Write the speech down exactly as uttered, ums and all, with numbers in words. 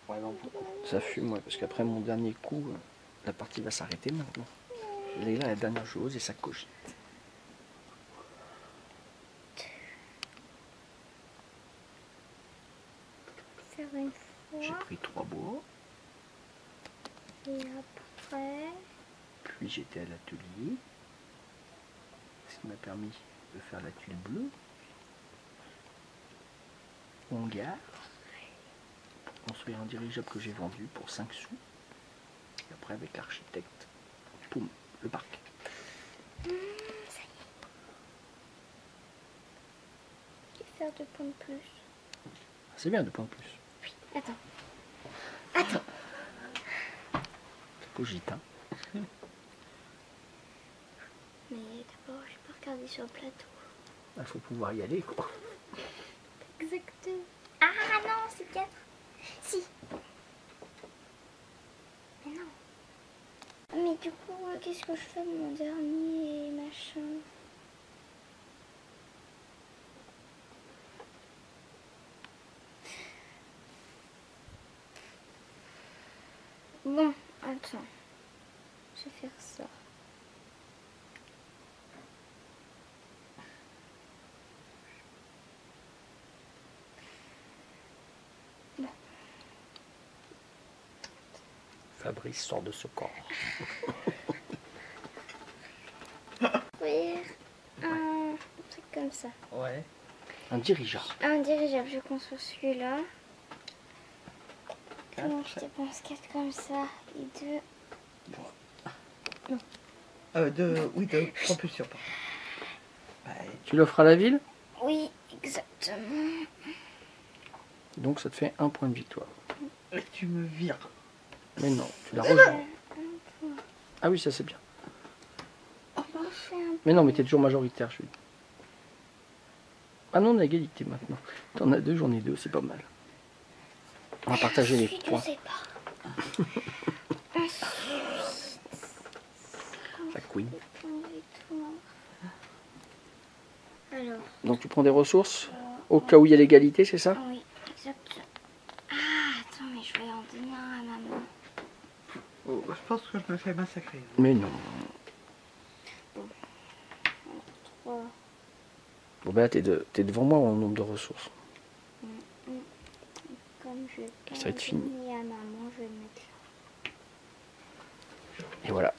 Ouais, non, ça fume, ouais, parce qu'après mon dernier coup, la partie va s'arrêter maintenant. Elle est là, la dernière chose, et ça cogite. Faire une fois. J'ai pris trois bois. Et après. Puis j'étais à l'atelier. Ce qui m'a permis de faire la tuile bleue. On gare. Pour construire un dirigeable que j'ai vendu pour cinq sous. Et après avec l'architecte, poum, le parc. Mmh, ça y est. Je vais faire deux points de plus. C'est bien deux points de plus. Oui, attends. Attends. Ça cogite, hein. Mais d'abord, je peux regarder sur le plateau. Il faut pouvoir y aller, quoi. Exactement. Ah non, c'est quatre. Si. Mais non. Mais du coup, qu'est-ce que je fais de mon dernier machin? Bon, attends. Je vais faire ça. Bon. Fabrice sort de ce corps. Faire un truc comme ça. Ouais. Un dirigeable. Un dirigeable, je construis celui-là. Donc je dépense quatre comme ça et deux. Non. Euh, de, oui, de propulsion, pardon. Ouais. Tu l'offres à la ville? Oui, exactement. Donc ça te fait un point de victoire. Et tu me vires. Mais non, tu la rejoins. Ah oui, ça c'est bien. Mais non, mais t'es toujours majoritaire, je dis. Ah non, on a égalité maintenant. T'en as deux, j'en ai deux, c'est pas mal. On va partager les points. Je sais pas. La queen. Alors. Donc tu prends des ressources au cas où il y a l'égalité, c'est ça? Oui, exactement. Ah, attends, mais je vais en donner un à maman. Oh, je pense que je me fais massacrer. Mais non. trois. Bon ben là, t'es de, t'es devant moi en nombre de ressources. Comme je vais Ça va être fini. à maman, je vais le mettre là. Et voilà.